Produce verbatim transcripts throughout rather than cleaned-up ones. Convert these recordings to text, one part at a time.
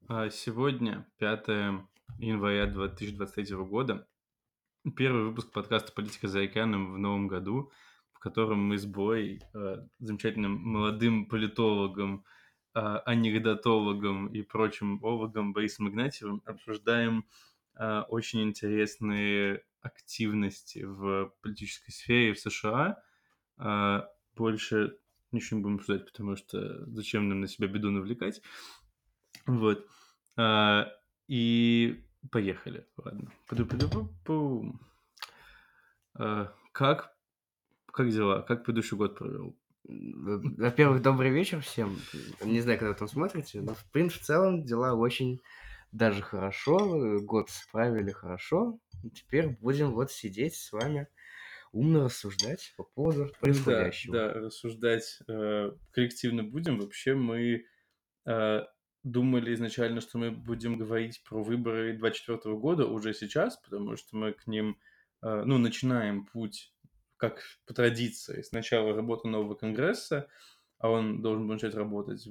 А, Сегодня, пятое января две тысячи двадцать третьего года, первый выпуск подкаста «Политика за океаном» в новом году, в котором мы с Борей, э, замечательным молодым политологом, а, анекдотологом и прочим ологом Борисом Игнатьевым обсуждаем а, очень интересные активности в политической сфере в США. А, Больше ничего не будем обсуждать, потому что зачем нам на себя беду навлекать. Вот. А, и поехали. Ладно. Пу-ду-пу-ду-пу-пу. А, как как дела? Как предыдущий год провел? М, Во-первых, добрый вечер всем. Не знаю, когда вы там смотрите, но в принципе, в целом дела очень даже хорошо. э, Год справили хорошо. Теперь будем вот сидеть с вами, умно рассуждать по поводу Ну да, происходящего. да, рассуждать, э, коллективно будем. Вообще мы, э, думали изначально, что мы будем говорить про выборы двадцать четвёртого года уже сейчас, потому что мы к ним, э, ну, начинаем путь, как по традиции, с начала работы нового конгресса, а он должен был начать работать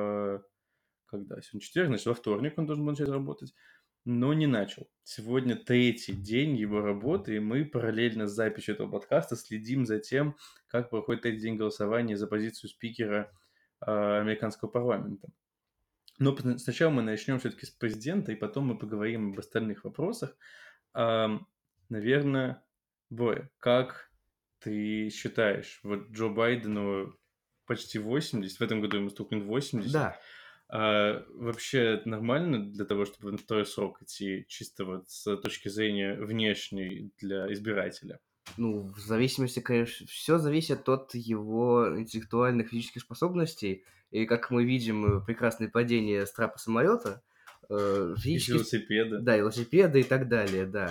в Когда? Сегодня четверг, значит, во вторник он должен был начать работать, но не начал. Сегодня третий день его работы, и мы параллельно с записью этого подкаста следим за тем, как проходит третий день голосования за позицию спикера а, американского парламента. Но пот- сначала мы начнем все-таки с президента, и потом мы поговорим об остальных вопросах. Ам, Наверное, Боря, как ты считаешь, вот Джо Байдену почти восемьдесят, в этом году ему стукнет восемьдесят, Да, а вообще это нормально для того, чтобы на второй срок идти, чисто вот с точки зрения внешней для избирателя? ну, в зависимости, конечно, все зависит от его интеллектуальных физических способностей. И как мы видим, э, прекрасное падение с трапа самолета, э, Из физические, сп- велосипеда? да, велосипеды и так далее, да.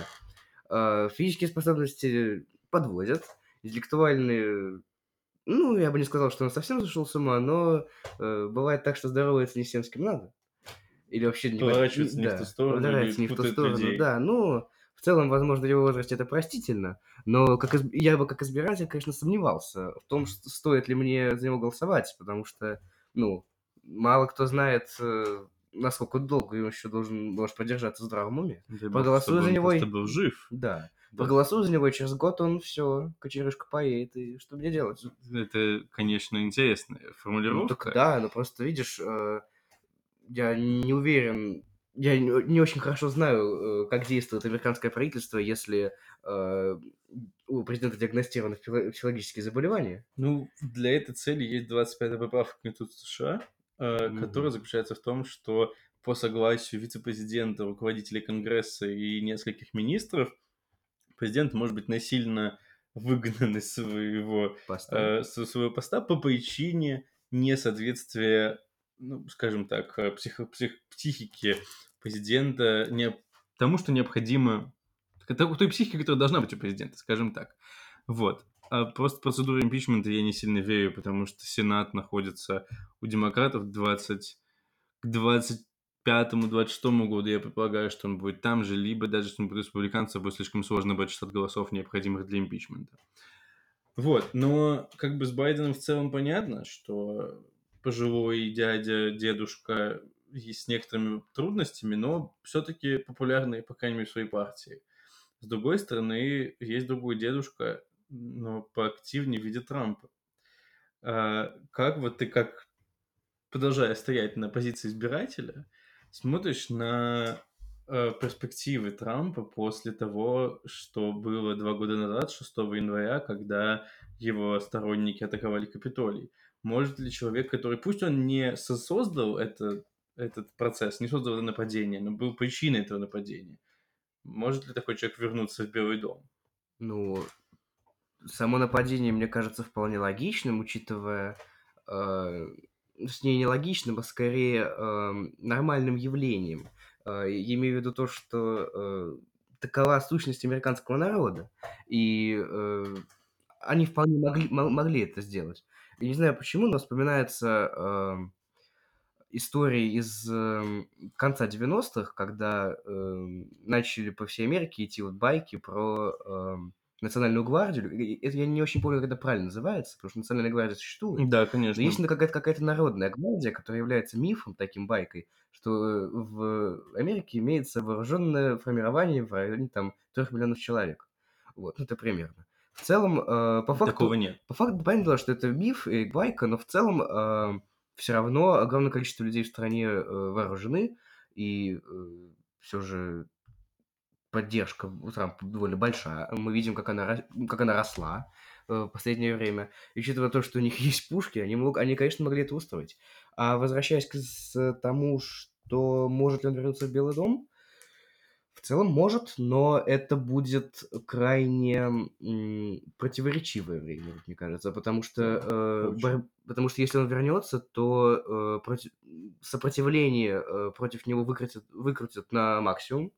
А, физические способности подводят, интеллектуальные, ну, я бы не сказал, что он совсем сошел с ума, но, э, бывает так, что здоровается не с тем, с кем надо. Или вообще не в од н Поворачивается не в ту да, сторону или ударяется не в ту путает сторону. людей? Да, ну, в целом, возможно, в его возрасте это простительно, но как изб я бы как избиратель, конечно, сомневался в том, что стоит ли мне за него голосовать, потому что, ну, мало кто знает, э, насколько долго он еще должен может продержаться в здравом уме. Дай бог, Проголосую чтобы за он него просто и был жив. да, Да. проголосую за него, и через год он все кочерышка поедет, и что мне делать? Это, конечно, интересная Ну так формулировка. да, но просто видишь, э, я не уверен, я не не очень хорошо знаю, э, как действует американское правительство, если, э, у президента диагностированы психо психологические заболевания. Ну, для этой цели есть двадцать пятая поправка к Конституции США, э, которая Мгм. заключается в том, что по согласию вице-президента, руководителей Конгресса и нескольких министров президент может быть насильно выгнан из своего, Поста. э, со своего поста по причине несоответствия, ну, скажем так, э, психо псих психике президента не тому, что необходимо, к то той психике, которая должна быть у президента, скажем так. Вот. А просто процедуру импичмента я не сильно верю, потому что Сенат находится у демократов двадцать к двадцать пятому двадцать шестому году, я предполагаю, что он будет там же, либо даже если он будет республиканцев, будет слишком сложно набрать шестьсот голосов, необходимых для импичмента. Вот, но как бы с Байденом в целом понятно, что пожилой дядя, дедушка и с некоторыми трудностями, но все-таки популярный, по крайней мере, в своей партии. С другой стороны, есть другой дедушка, но поактивнее в виде Трампа. А, как вот ты, как продолжая стоять на позиции избирателя, смотришь на, э, перспективы Трампа после того, что было два года назад, шестого января, когда его сторонники атаковали Капитолий. Может ли человек, который, пусть он не со создал это этот процесс, не создал это нападение, но был причиной этого нападения, может ли такой человек вернуться в Белый дом? Ну, само нападение, мне кажется, вполне логичным, учитывая, э, точнее, не логичным, а скорее, эм, нормальным явлением. Э, я имею в виду то, что, э, такова сущность американского народа, и, э, они вполне могли мо могли это сделать. Я не знаю почему, но вспоминается, эм, история из, эм, конца девяностых, когда, эм, начали по всей Америке идти вот байки про, эм Национальную гвардию. И и это я не очень помню, как это правильно называется, потому что Национальная гвардия существует. Да, Но есть конечно. на какая-то какая-то народная гвардия, которая является мифом, таким байкой, что, э, в Америке имеется вооруженное формирование в районе там трёх миллионов человек. Вот, ну, это примерно. В целом, э, по Такого факту нет. по факту, понятное дело, что это миф и байка, но в целом, э, всё равно огромное количество людей в стране, э, вооружены, и, э, всё же поддержка у Трампа довольно большая. Мы видим, как она ра как она росла, э, в последнее время. И учитывая то, что у них есть пушки, они мог они, конечно, могли это устроить. А возвращаясь к с тому, что может ли он вернуться в Белый дом, в целом может, но это будет крайне, м, противоречивое время, как мне кажется. Потому что, Да, э, очень. бор потому что если он вернется, то, э, проти сопротивление, э, против него выкрутят выкрутят на максимум.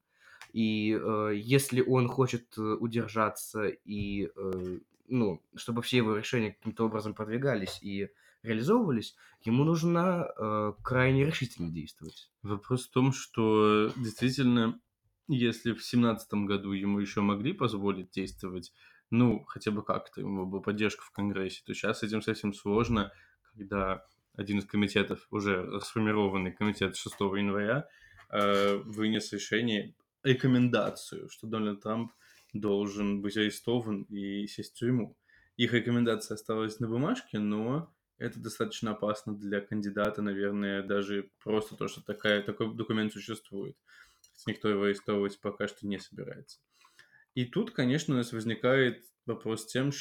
И, э, если он хочет, э, удержаться и, э, ну, чтобы все его решения каким-то образом продвигались и реализовывались, ему нужно, э, крайне решительно действовать. Вопрос в том, что действительно, если в семнадцатом году ему еще могли позволить действовать, ну, хотя бы как-то, у него была поддержка в Конгрессе, то сейчас с этим совсем сложно, когда один из комитетов, уже сформированный комитет шестого января, э, вынес решение, рекомендацию, что Дональд Трамп должен быть арестован и сесть в тюрьму. Их рекомендация осталась на бумажке, но это достаточно опасно для кандидата, наверное, даже просто то, что такая, такой документ существует. Никто его арестовывать пока что не собирается. И тут, конечно, у нас возникает вопрос с тем,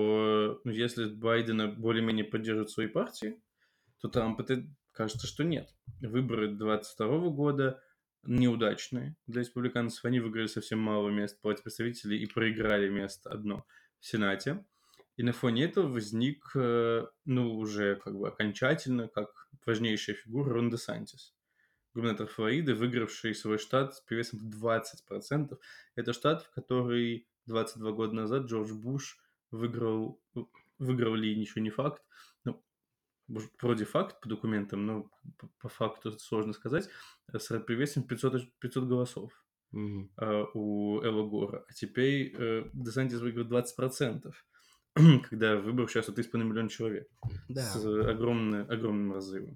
что ну, если Байдена более-менее поддерживают свои партии, то Трамп это кажется, что нет. Выборы двадцать второго года неудачные для республиканцев. Они выиграли совсем мало мест против представителей и проиграли место одно в Сенате. И на фоне этого возник, э, ну, уже как бы окончательно, как важнейшая фигура Рон Десантис, губернатор Флориды, выигравший свой штат с перевесом в двадцать процентов. Это штат, в который двадцать два года назад Джордж Буш выиграл, ну, выиграл ли ничего не факт, ну, Буш- вроде факт по документам, но по, по факту сложно сказать, э, с перевесом пятьсот, оч- пятьсот голосов Мгм. э, у Элла Гора. А теперь э, Десантис выиграл двадцать процентов, когда выбор сейчас три с половиной миллиона человек с Да. огромным, огромным разрывом.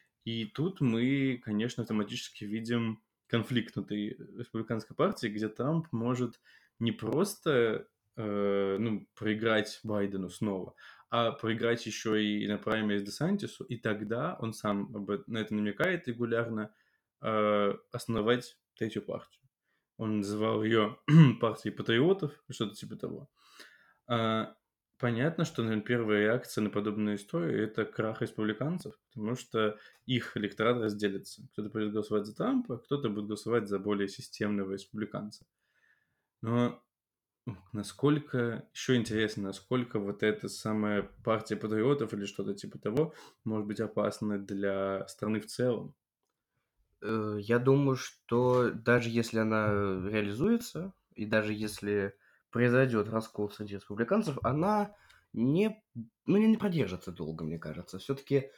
И тут мы, конечно, автоматически видим конфликт внутри республиканской партии, где Трамп может не просто э, ну, проиграть Байдену снова, а проиграть еще и на праймериз Десантису, и тогда он сам об эт- на это намекает регулярно, э, основать третью партию. Он называл ее партией патриотов, что-то типа того. А, понятно, что, наверно, первая реакция на подобную историю — это крах республиканцев, потому что их электорат разделится. Кто-то будет голосовать за Трампа, кто-то будет голосовать за более системного республиканца. Но, м, насколько еще интересно, насколько вот эта самая партия патриотов или что-то типа того может быть опасна для страны в целом. Э, я думаю, что даже если она реализуется, и даже если произойдет раскол среди республиканцев, она не, ну, не продержится долго, мне кажется. Все-таки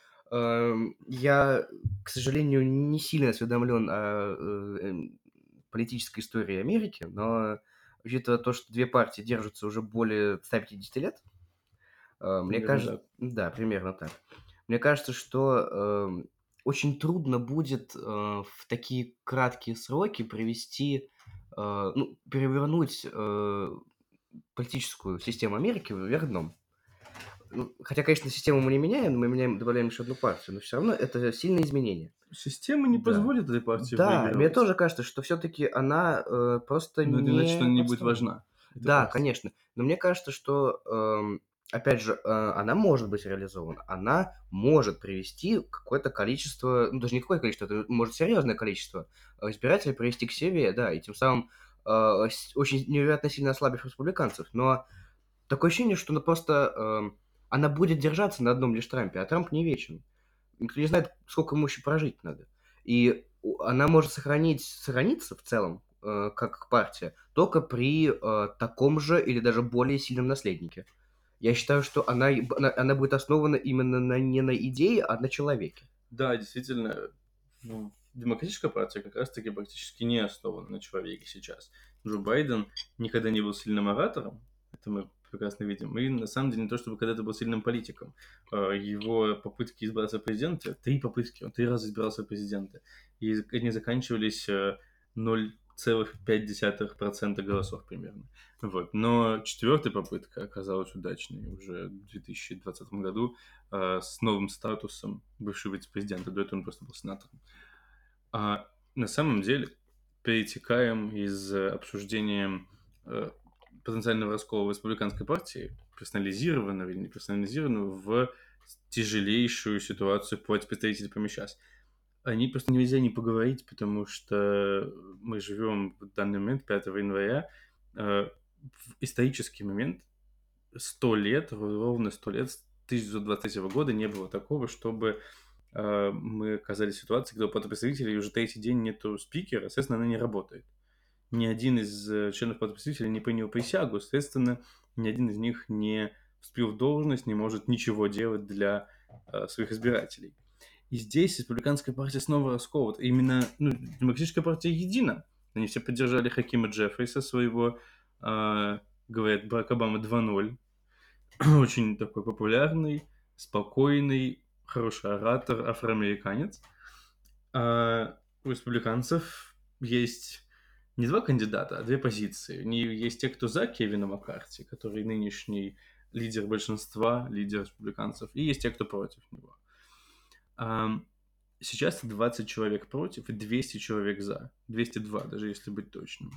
я, к сожалению, не сильно осведомлен о э, эм, политической истории Америки, но учитывая то, что две партии держатся уже более ста пятидесяти лет, э, мне Примерно кажется, так. да, примерно так. Мне кажется, что, эм, очень трудно будет, э, в такие краткие сроки привести, э, ну, перевернуть, э, политическую систему Америки вверх дном. Ну, хотя, конечно, систему мы не меняем, мы меняем добавляем еще одну партию, но все равно это сильные изменения. Система не Да. позволит этой партии Да, мне выигрывать, тоже кажется, что все таки она, э, просто но это не значит, что не она не будет подстроена. важна, эта Да, партия. конечно. Но мне кажется, что, эм, опять же, э, она может быть реализована. Она может привести какое-то количество, ну, даже не какое количество, это может серьезное количество, э, избирателей привести к себе, да, и тем самым, э, с очень невероятно сильно ослабив республиканцев. Но такое ощущение, что она просто, эм, она будет держаться на одном лишь Трампе, а Трамп не вечен. Никто не знает, сколько ему еще прожить надо. И у она может сохранить сохраниться в целом, э, как партия только при, э, таком же или даже более сильном наследнике. Я считаю, что она и б она она будет основана именно на не на идее, а на человеке. Да, действительно, в демократическая партия как раз-таки практически не основана на человеке сейчас. Джо Байден никогда не был сильным оратором, Это мы прекрасно видим. И на самом деле не то, чтобы когда-то был сильным политиком. А, Его попытки избраться в президенты, три попытки, он три раза избирался в президенты, и они заканчивались э, ноль целых пять десятых процента голосов примерно. Вот. Но четвертая попытка оказалась удачной уже в две тысячи двадцатом году а, с новым статусом бывшего вице-президента. До этого он просто был сенатором. А на самом деле перетекаем из э, обсуждения э, потенциального раскола в республиканской партии, персонализированного или не персонализированного, в тяжелейшую ситуацию по представителям прямо сейчас. О ней просто нельзя не поговорить, потому что мы живем в данный момент, пятого января, э, в исторический момент. Сто лет, ровно сто лет, с тысяча девятьсот двадцать третьего года не было такого, чтобы э, мы оказались в ситуации, когда у партии представителей уже третий день нету спикера, соответственно, она не работает. Ни один из э, членов партии представителей не принял присягу, соответственно, ни один из них не вступил в должность, не может ничего делать для э, своих избирателей. И здесь республиканская партия снова расколота. Именно ну, демократическая партия едина. Они все поддержали Хакима Джеффриса, своего, э, говорят, Барак Обама два ноль. Очень такой популярный, спокойный, хороший оратор, афроамериканец. А у республиканцев есть не два кандидата, а две позиции. Не есть те, кто за Кевина Маккарти, который нынешний лидер большинства, лидер республиканцев, и есть те, кто против него. А, сейчас двадцать человек против и двести человек за. двести два, даже если быть точным.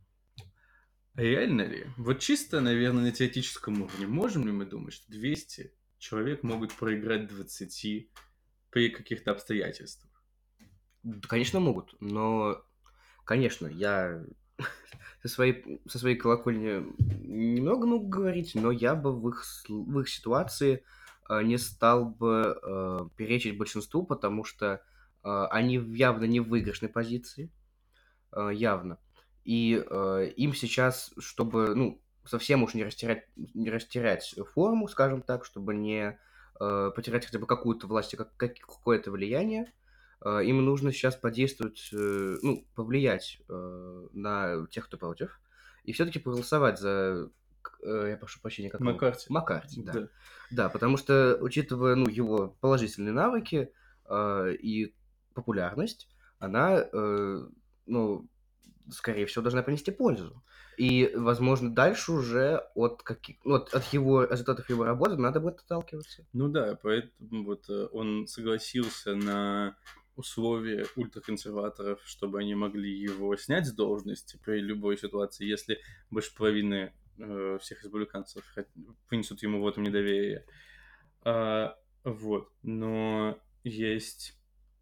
Реально ли? Вот чисто, наверное, на теоретическом уровне можем ли мы думать, что двести человек могут проиграть двадцати при каких-то обстоятельствах? Да, конечно, могут, но, конечно, я со своей, со своей колокольни немного могу говорить, но я бы в их, сл- в их ситуации э, не стал бы э, перечить большинству, потому что э, они явно не в выигрышной позиции, э, явно. И э, им сейчас, чтобы, ну, совсем уж не растерять, не растерять форму, скажем так, чтобы не э, потерять хотя бы какую-то власть и как, как- какое-то влияние, э, им нужно сейчас подействовать, э, ну, повлиять э, на тех, кто против, и все-таки проголосовать за, к- э, я прошу прощения, как его? Маккарти. Маккарти, да. Да. Да, потому что, учитывая, ну, его положительные навыки э, и популярность, она, э, ну, скорее всего, должна принести пользу. И, возможно, дальше уже от, каких, ну, от, от его результатов его работы надо будет отталкиваться. Ну да, поэтому вот э, он согласился на условия ультраконсерваторов, чтобы они могли его снять с должности при любой ситуации, если больше половины э, всех республиканцев хот- вынесут ему вот недоверие. А, вот. Но есть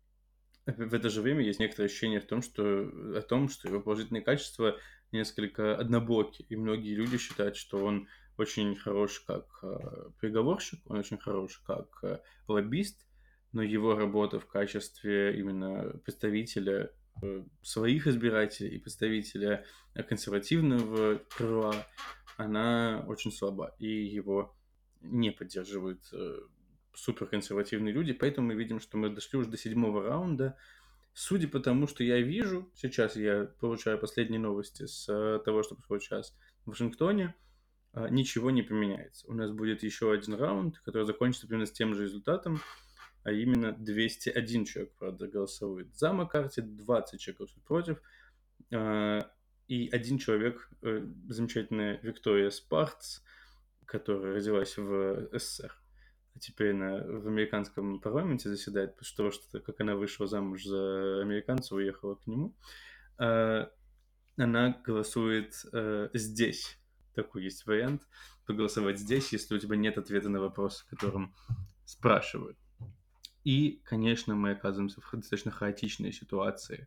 в это же время есть некоторое ощущение в том, что, о том, что его положительные качества несколько однобоки. И многие люди считают, что он очень хорош как э, переговорщик, он очень хорош как э, лоббист, но его работа в качестве именно представителя э, своих избирателей и представителя э, консервативного крыла, она очень слаба. И его не поддерживают э, суперконсервативные люди, поэтому мы видим, что мы дошли уже до седьмого раунда. Судя по тому, что я вижу, сейчас я получаю последние новости с э, того, что происходит сейчас в Вашингтоне, э, ничего не поменяется. У нас будет еще один раунд, который закончится примерно с тем же результатом, а именно двести один человек, правда, голосует за Маккарти, двадцать человек голосует против, э, и один человек, э, замечательная Виктория Спартс, которая родилась в СССР, а теперь она в американском парламенте заседает, потому что, как она вышла замуж за американца, уехала к нему, а, она голосует э, здесь. Такой есть вариант, проголосовать здесь, если у тебя нет ответа на вопрос, которым спрашивают. И, конечно, мы оказываемся в достаточно хаотичной ситуации.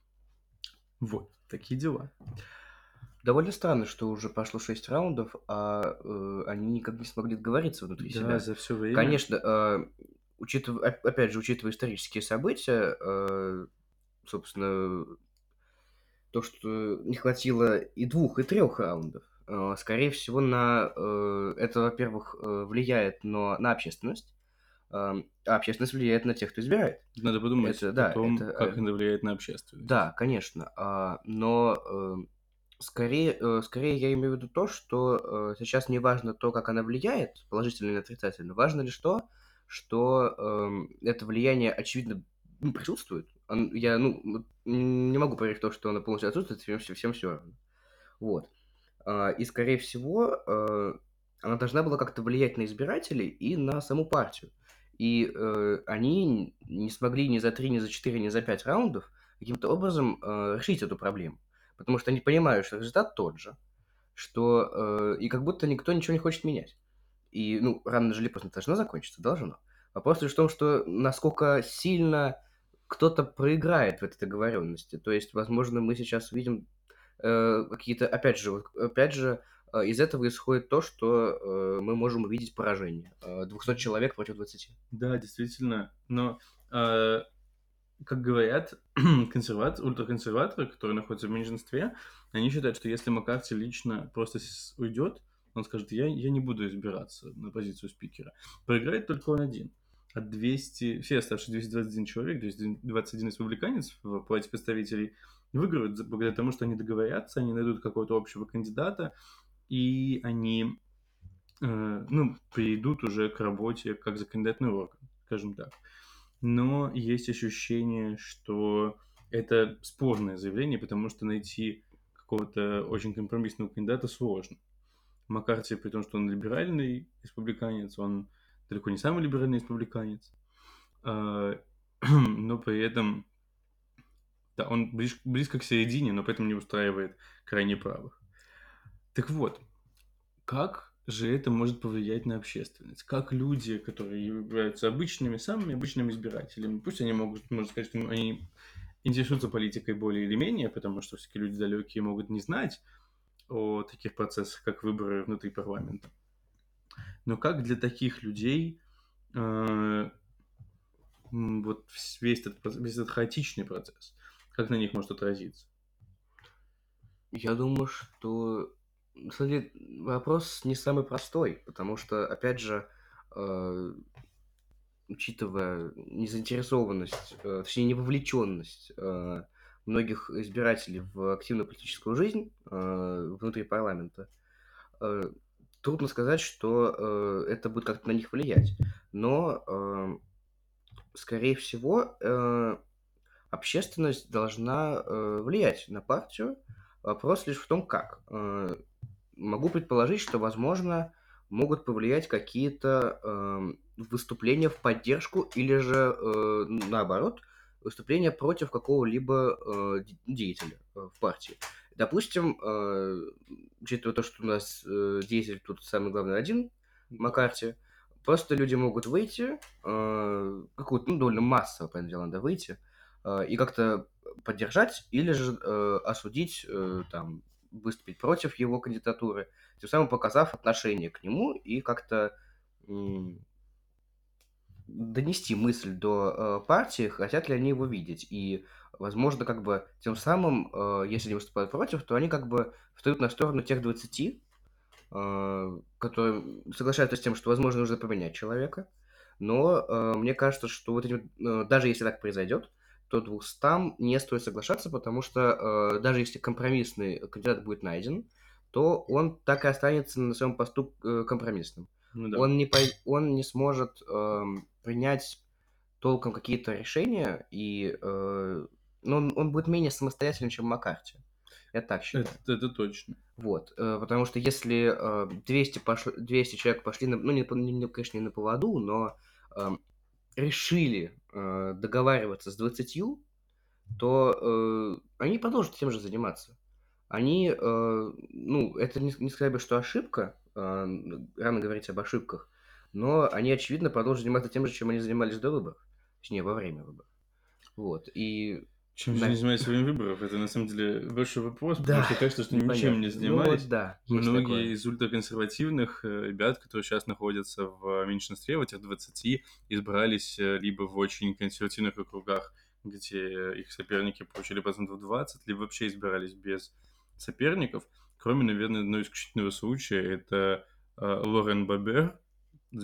Вот, такие дела. Довольно странно, что уже прошло шесть раундов, а э, они никак не смогли договориться внутри Да, себя. за все время. Конечно, э, учитывая, оп- опять же, учитывая исторические события, э, собственно, то, что не хватило и двух, и трех раундов, э, скорее всего, на э, это, во-первых, э, влияет но на общественность, э, а общественность влияет на тех, кто избирает. Надо подумать Это, о да, том, это, как э, это влияет на общественность. да, конечно, а, но э, Скорее, э, скорее я имею в виду то, что, э, сейчас не важно то, как она влияет, положительно или отрицательно. Важно лишь то, что, эм, это влияние, очевидно, ну, присутствует. Ан я, ну, вот, м, не могу поверить в то, что оно полностью отсутствует, всем всем всем всё равно. Вот. А, и, скорее всего, э, она должна была как-то влиять на избирателей и на саму партию. И, э, они не смогли ни за три, ни за четыре, ни за пять раундов каким-то образом, э, решить эту проблему. Потому что они понимают, что результат тот же, что, э, и как будто никто ничего не хочет менять. И, ну, рано или поздно это должно закончиться, должно. Вопрос лишь в том, что насколько сильно кто-то проиграет в этой договоренности. То есть, возможно, мы сейчас увидим, э, какие-то, опять же, вот, опять же, э, из этого исходит то, что, э, мы можем увидеть поражение. Э, двухсот человек против двадцати. Да, действительно. Но, а, как говорят, консерват ультраконсерваторы, которые находятся в меньшинстве, они считают, что если Маккарти лично просто с уйдет, он скажет: "Я я не буду избираться на позицию спикера". Проиграет только он один. А двести все оставшиеся двести двадцать один человек, то есть д двадцать один республиканец в палате представителей выиграют за благодаря тому, что они договорятся, они найдут какого-то общего кандидата, и они, э, ну, придут уже к работе как законодательный орган, скажем так. Но есть ощущение, что это спорное заявление, потому что найти какого-то очень компромиссного кандидата сложно. Маккарти, при том, что он либеральный республиканец, он далеко не самый либеральный республиканец, а, но при этом, да, он ближ близко к середине, но при этом не устраивает крайне правых. Так вот, как же это может повлиять на общественность? Как люди, которые являются обычными, самыми обычными избирателями, пусть они могут, можно сказать, что они интересуются политикой более или менее, потому что все-таки люди далекие могут не знать о таких процессах, как выборы внутри парламента. Но как для таких людей э, м, вот вс- весь этот, проц- весь этот хаотичный процесс, как на них может отразиться? Я думаю, что, на самом деле, вопрос не самый простой, потому что, опять же, э, учитывая незаинтересованность, э, точнее, невовлеченность, э, многих избирателей в активную политическую жизнь, э, внутри парламента, э, трудно сказать, что, э, это будет как-то на них влиять. Но, э, скорее всего, э, общественность должна, э, влиять на партию. Вопрос лишь в том, как. Э, могу предположить, что, возможно, могут повлиять какие-то, эм, выступления в поддержку или же, э, наоборот, выступления против какого-либо, э, де деятеля, э, в партии. Допустим, э, учитывая то, что у нас, э, деятель тут самый главный один, Да. Маккарти, просто люди могут выйти, э, какую-то, ну, довольно массово, понятное дело, надо выйти, э, и как-то поддержать или же, э, осудить, э, там, выступить против его кандидатуры, тем самым показав отношение к нему и как-то, м, донести мысль до, э, партии, хотят ли они его видеть. И, возможно, как бы тем самым, э, если они выступают против, то они как бы встают на сторону тех двадцати, э, которые соглашаются с тем, что, возможно, нужно поменять человека. Но, э, мне кажется, что вот эти вот, э, даже если так произойдет, то двумстам не стоит соглашаться, потому что, э, даже если компромиссный кандидат будет найден, то он так и останется на своем посту, э, компромиссным. Ну да. Он не пой он не сможет, эм, принять толком какие-то решения, и, э, ну, он он будет менее самостоятельным, чем Маккарти. Я так Это, считаю. это точно. Вот, э, потому что если, э, двести пошло двести человек пошли на, ну, не по не, не, конечно, не на поводу, но, эм, решили, э, договариваться с двадцатью, то, э, они продолжат тем же заниматься. Они, э, ну, это не не сказать бы, что ошибка, э, н рано говорить об ошибках, но они, очевидно, продолжат заниматься тем же, чем они занимались до выборов, точнее, во время выборов. Вот, и Чем же они на занимались во время выборов? Это на самом деле большой вопрос, потому да, что кажется, что ничем не непонятно. Ну вот занимались. да, есть Многие такое. из ультраконсервативных э, ребят, которые сейчас находятся в меньшинстве, в этих двадцати, избрались э, либо в очень консервативных округах, где их соперники получили процентов двадцать, либо вообще избирались без соперников. Кроме, наверное, одного исключительного случая, это э, Лорен Бобер,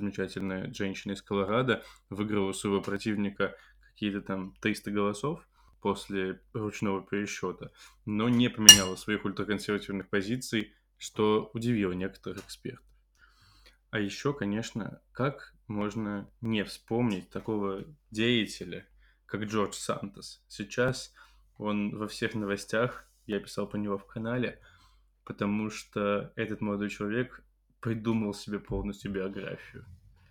замечательная женщина из Колорадо, выиграла у своего противника какие-то там триста голосов, после ручного пересчета, но не поменяла своих ультраконсервативных позиций, что удивило некоторых экспертов. А еще, конечно, как можно не вспомнить такого деятеля, как Джордж Сантос? Сейчас он во всех новостях, я писал по него в канале, потому что этот молодой человек придумал себе полностью биографию.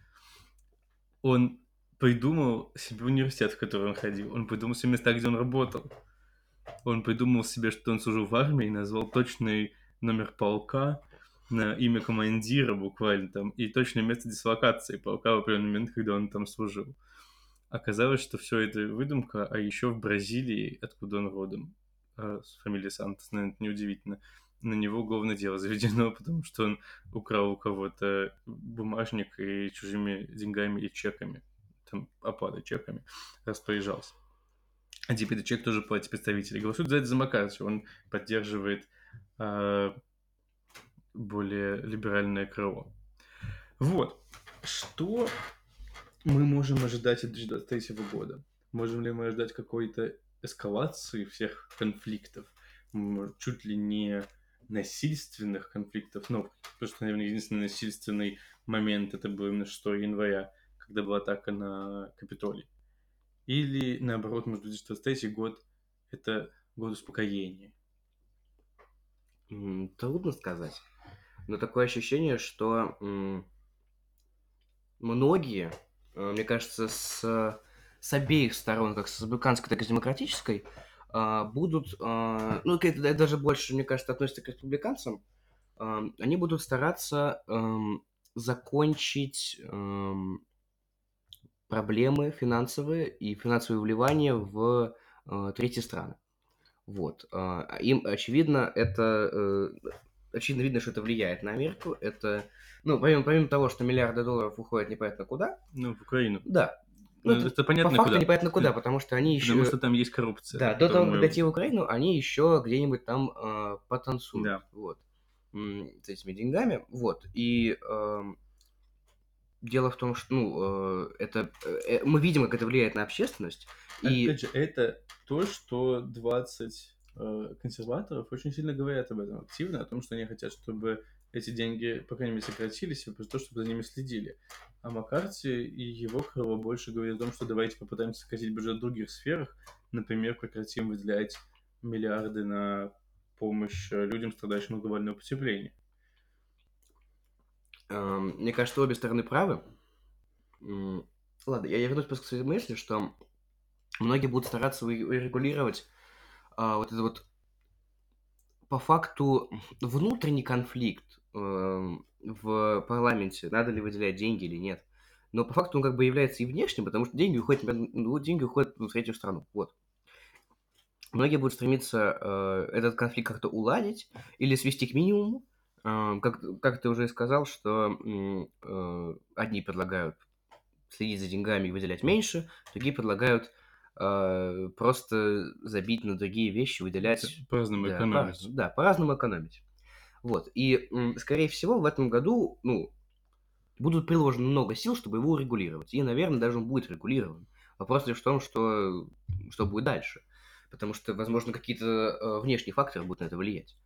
Он придумал себе университет, в который он ходил, он придумал себе места, где он работал. Он придумал себе, что он служил в армии, назвал точный номер полка на имя командира буквально там и точное место дислокации полка в определенный момент, когда он там служил. Оказалось, что все это выдумка, а еще в Бразилии, откуда он родом, э, с фамилией Сантос, наверное, это неудивительно, на него уголовное дело заведено, потому что он украл у кого-то бумажник и чужими деньгами и чеками, там, оплатой чеками распоряжался. А теперь этот человек тоже в палате представителей. Голосует за это за Маккарти. Он поддерживает э, более либеральное крыло. Вот. Что мы можем ожидать от две тысячи двадцать третьего года? Можем ли мы ожидать какой-то эскалации всех конфликтов? М, Чуть ли не насильственных конфликтов? Ну, потому что, наверное, единственный насильственный момент это был именно шестого января, когда была атака на Капитолий. Или, наоборот, может, две тысячи двадцать третий год – это год успокоения. М, Трудно сказать. Но такое ощущение, что м, многие, э, мне кажется, с, с обеих сторон, как с республиканской, так и с демократической, а, будут, а, ну, это да- даже больше, мне кажется, относится к республиканцам, ам, они будут стараться ам, закончить ам, проблемы финансовые и финансовые вливания в э, третьи страны. Вот. а, Им, очевидно, это... э, Очевидно видно, что это влияет на Америку. Это, ну, помимо, помимо того, что миллиарды долларов уходят непонятно куда, Ну, в Украину. да, ну, Ну, это это по понятно факту куда. непонятно куда, потому что они Потому еще... что там есть коррупция. Да, до того, которую как мы- дойти в Украину, они еще где-нибудь там э, потанцуют. Да. Вот. М, С этими деньгами. Вот. И эм, дело в том, что, ну, э, это... э, мы видим, как это влияет на общественность. И Опять же, это то, что двадцать э, консерваторов очень сильно говорят об этом активно, о том, что они хотят, чтобы эти деньги, по крайней мере, сократились, и просто то, чтобы за ними следили. А Маккарти и его крыло больше говорят о том, что давайте попытаемся сократить бюджет в других сферах, например, прекратим выделять миллиарды на помощь э, людям, страдающим от глобального потепления. эм, мне кажется, обе стороны правы. М, Ладно, я, я вернусь просто к своей мысли, что многие будут стараться уре- урегулировать а, вот это вот по факту внутренний конфликт эм, в парламенте, надо ли выделять деньги или нет. Но по факту он как бы является и внешним, потому что деньги уходят, например, ну, деньги уходят в третью страну. Вот. Многие будут стремиться э, этот конфликт как-то уладить или свести к минимуму. Э, как, как ты уже и сказал, что м, э, одни предлагают следить за деньгами и выделять меньше, другие предлагают э, просто забить на другие вещи, выделять... По-разному Да, экономить. по-разному, да, по-разному экономить. Вот. И, м, скорее всего, в этом году, ну, будут приложено много сил, чтобы его урегулировать. И, наверное, даже он будет регулирован. Вопрос лишь в том, что, что будет дальше. Потому что, возможно, какие-то э, внешние факторы будут на это влиять.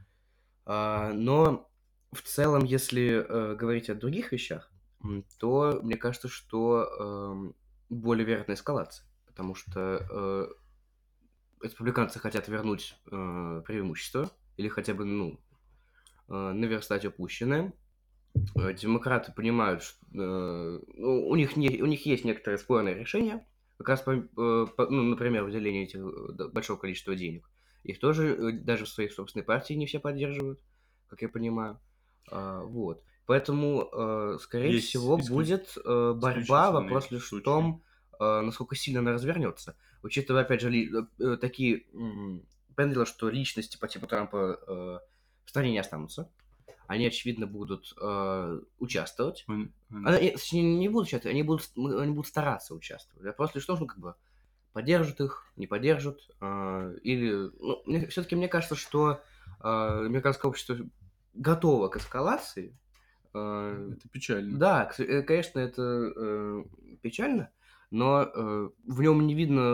А, но в целом, если э, говорить о других вещах, м, то мне кажется, что эм, более вероятна эскалация. Потому что э, республиканцы хотят вернуть э, преимущество или хотя бы, ну, э, наверстать упущенное. Э, Демократы понимают, что э, ну, у них не, у них есть некоторые спорные решения, как раз, по, э, по- ну, например, выделение этих э, да, большого количества денег. Их тоже э, даже в своей собственной партии не все поддерживают, как я понимаю. А, вот. Поэтому, э, скорее Есть всего, исключ- будет э, борьба. исключительные Вопрос лишь в случаи. том, э, насколько сильно она развернется. Учитывая, опять же, ли- э, э, такие... м, Понятное дело, что личности по типу Трампа э, в стране не останутся. Они, очевидно, будут э, участвовать. Он- он- А, э, точнее, не будут участвовать, они будут, м, они будут стараться участвовать. Вопрос лишь в том, что как бы поддержат их, не поддержат. э, или, ну, все-таки мне кажется, что э, американское общество готово к эскалации. Э, Это печально. да, к с- э, конечно, это э, печально, но э, в нем не видно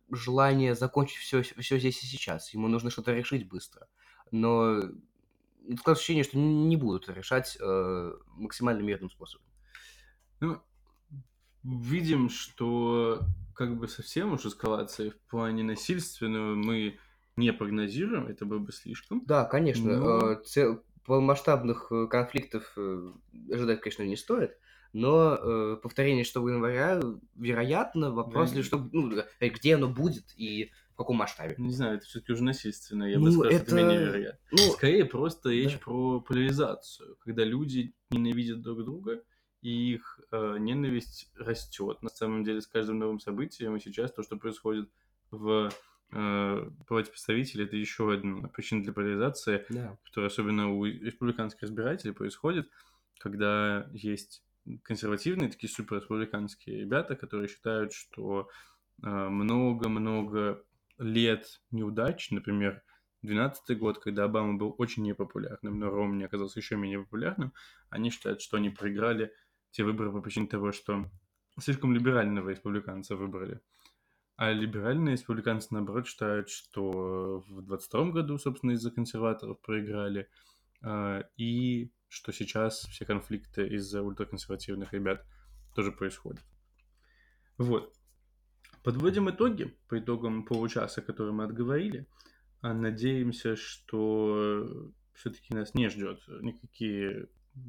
желание закончить все, все здесь и сейчас. Ему нужно что-то решить быстро. Но такое ощущение, что не будут решать э, максимально мирным способом. Ну, видим, что как бы совсем уж эскалации в плане насильственного мы не прогнозируем, это было бы слишком. Да, конечно, Но э, цел- полномасштабных э, конфликтов э, ожидать, конечно, не стоит, но э, повторение что января, вероятно, вопрос Да, лишь, что, ну, да, э, где оно будет и в каком масштабе. не знаю, это все-таки уже насильственно, я бы Ну, сказал, что это менее это, вероятно. ну, Скорее просто речь да, про поляризацию, когда люди ненавидят друг друга, и их э, ненависть растет на самом деле с каждым новым событием, и сейчас то, что происходит в э, палате представителей, это еще одна причина для поляризации, да, которая особенно у республиканских избирателей происходит, когда есть консервативные, такие суперреспубликанские ребята, которые считают, что э, много-много лет неудач, например, двенадцатый год, когда Обама был очень непопулярным, но Ромни оказался еще менее популярным, они считают, что они проиграли те выборы по причине того, что слишком либерального республиканца выбрали. А либеральные республиканцы, наоборот, считают, что в двадцать втором году, собственно, из-за консерваторов проиграли, а, и что сейчас все конфликты из-за ультраконсервативных ребят тоже происходят. Вот. Подводим итоги по итогам получаса, которые мы отговорили. А надеемся, что все-таки нас не ждет никакие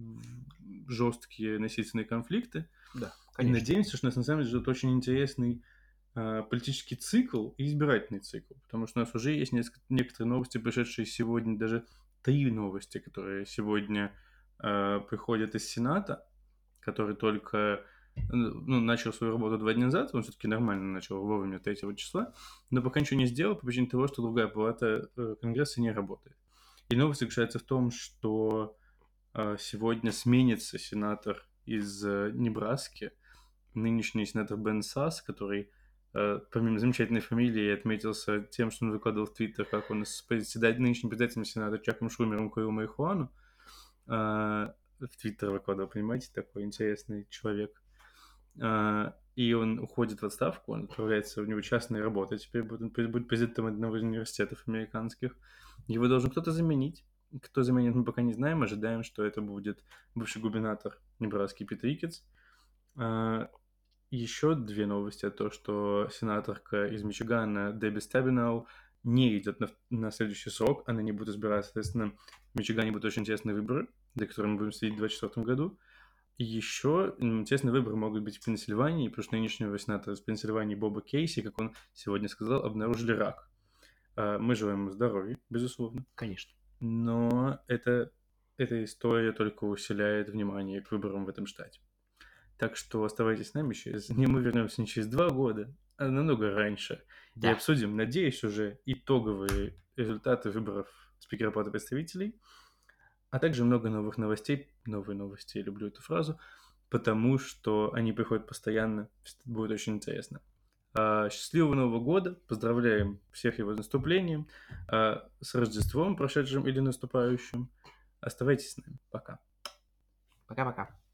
жесткие насильственные конфликты. да, И конечно. надеемся, что нас на самом деле ждет очень интересный а, политический цикл и избирательный цикл. Потому что у нас уже есть несколько, некоторые новости, пришедшие сегодня, даже три новости, которые сегодня а, приходят из Сената, который только ну, начал свою работу два дня назад, он все-таки нормально начал вовремя третьего числа, но пока ничего не сделал по причине того, что другая палата э, Конгресса не работает. И новость заключается в том, что э, сегодня сменится сенатор из э, Небраски, нынешний сенатор Бен Сасс, который э, помимо замечательной фамилии отметился тем, что он выкладывал в Твиттер, как он с председатель, нынешним председателем сената Чаком Шумером курил марихуану. Э, в Твиттер выкладывал, понимаете, такой интересный человек. А, и он уходит в отставку, он отправляется, у него частная работа, теперь будет, он будет президентом одного из университетов американских. Его должен кто-то заменить. Кто заменит, мы пока не знаем, ожидаем, что это будет бывший губернатор Небраски Пит Рикетс. А, еще две новости. То, что сенаторка из Мичигана Дебби Стабинау не идет на, на следующий срок, она не будет избираться. Соответственно, в Мичигане будут очень интересные выборы, за которыми мы будем следить в двадцать четвёртом году. И еще интересные выборы могут быть в Пенсильвании, потому что нынешнего сенатора из Пенсильвании Боба Кейси, как он сегодня сказал, обнаружили рак. А, Мы желаем ему здоровья, безусловно. Конечно. Но это, эта история только усиляет внимание к выборам в этом штате. Так что оставайтесь с нами, через... не мы вернемся не через два года, а намного раньше. И Да, обсудим, надеюсь, уже итоговые результаты выборов спикера Палаты представителей, а также много новых новостей. Новые новости, я люблю эту фразу, потому что они приходят постоянно, будет очень интересно. А, Счастливого Нового года, поздравляем всех его с наступлением, а, с Рождеством прошедшим или наступающим. Оставайтесь с нами, пока. пока-пока.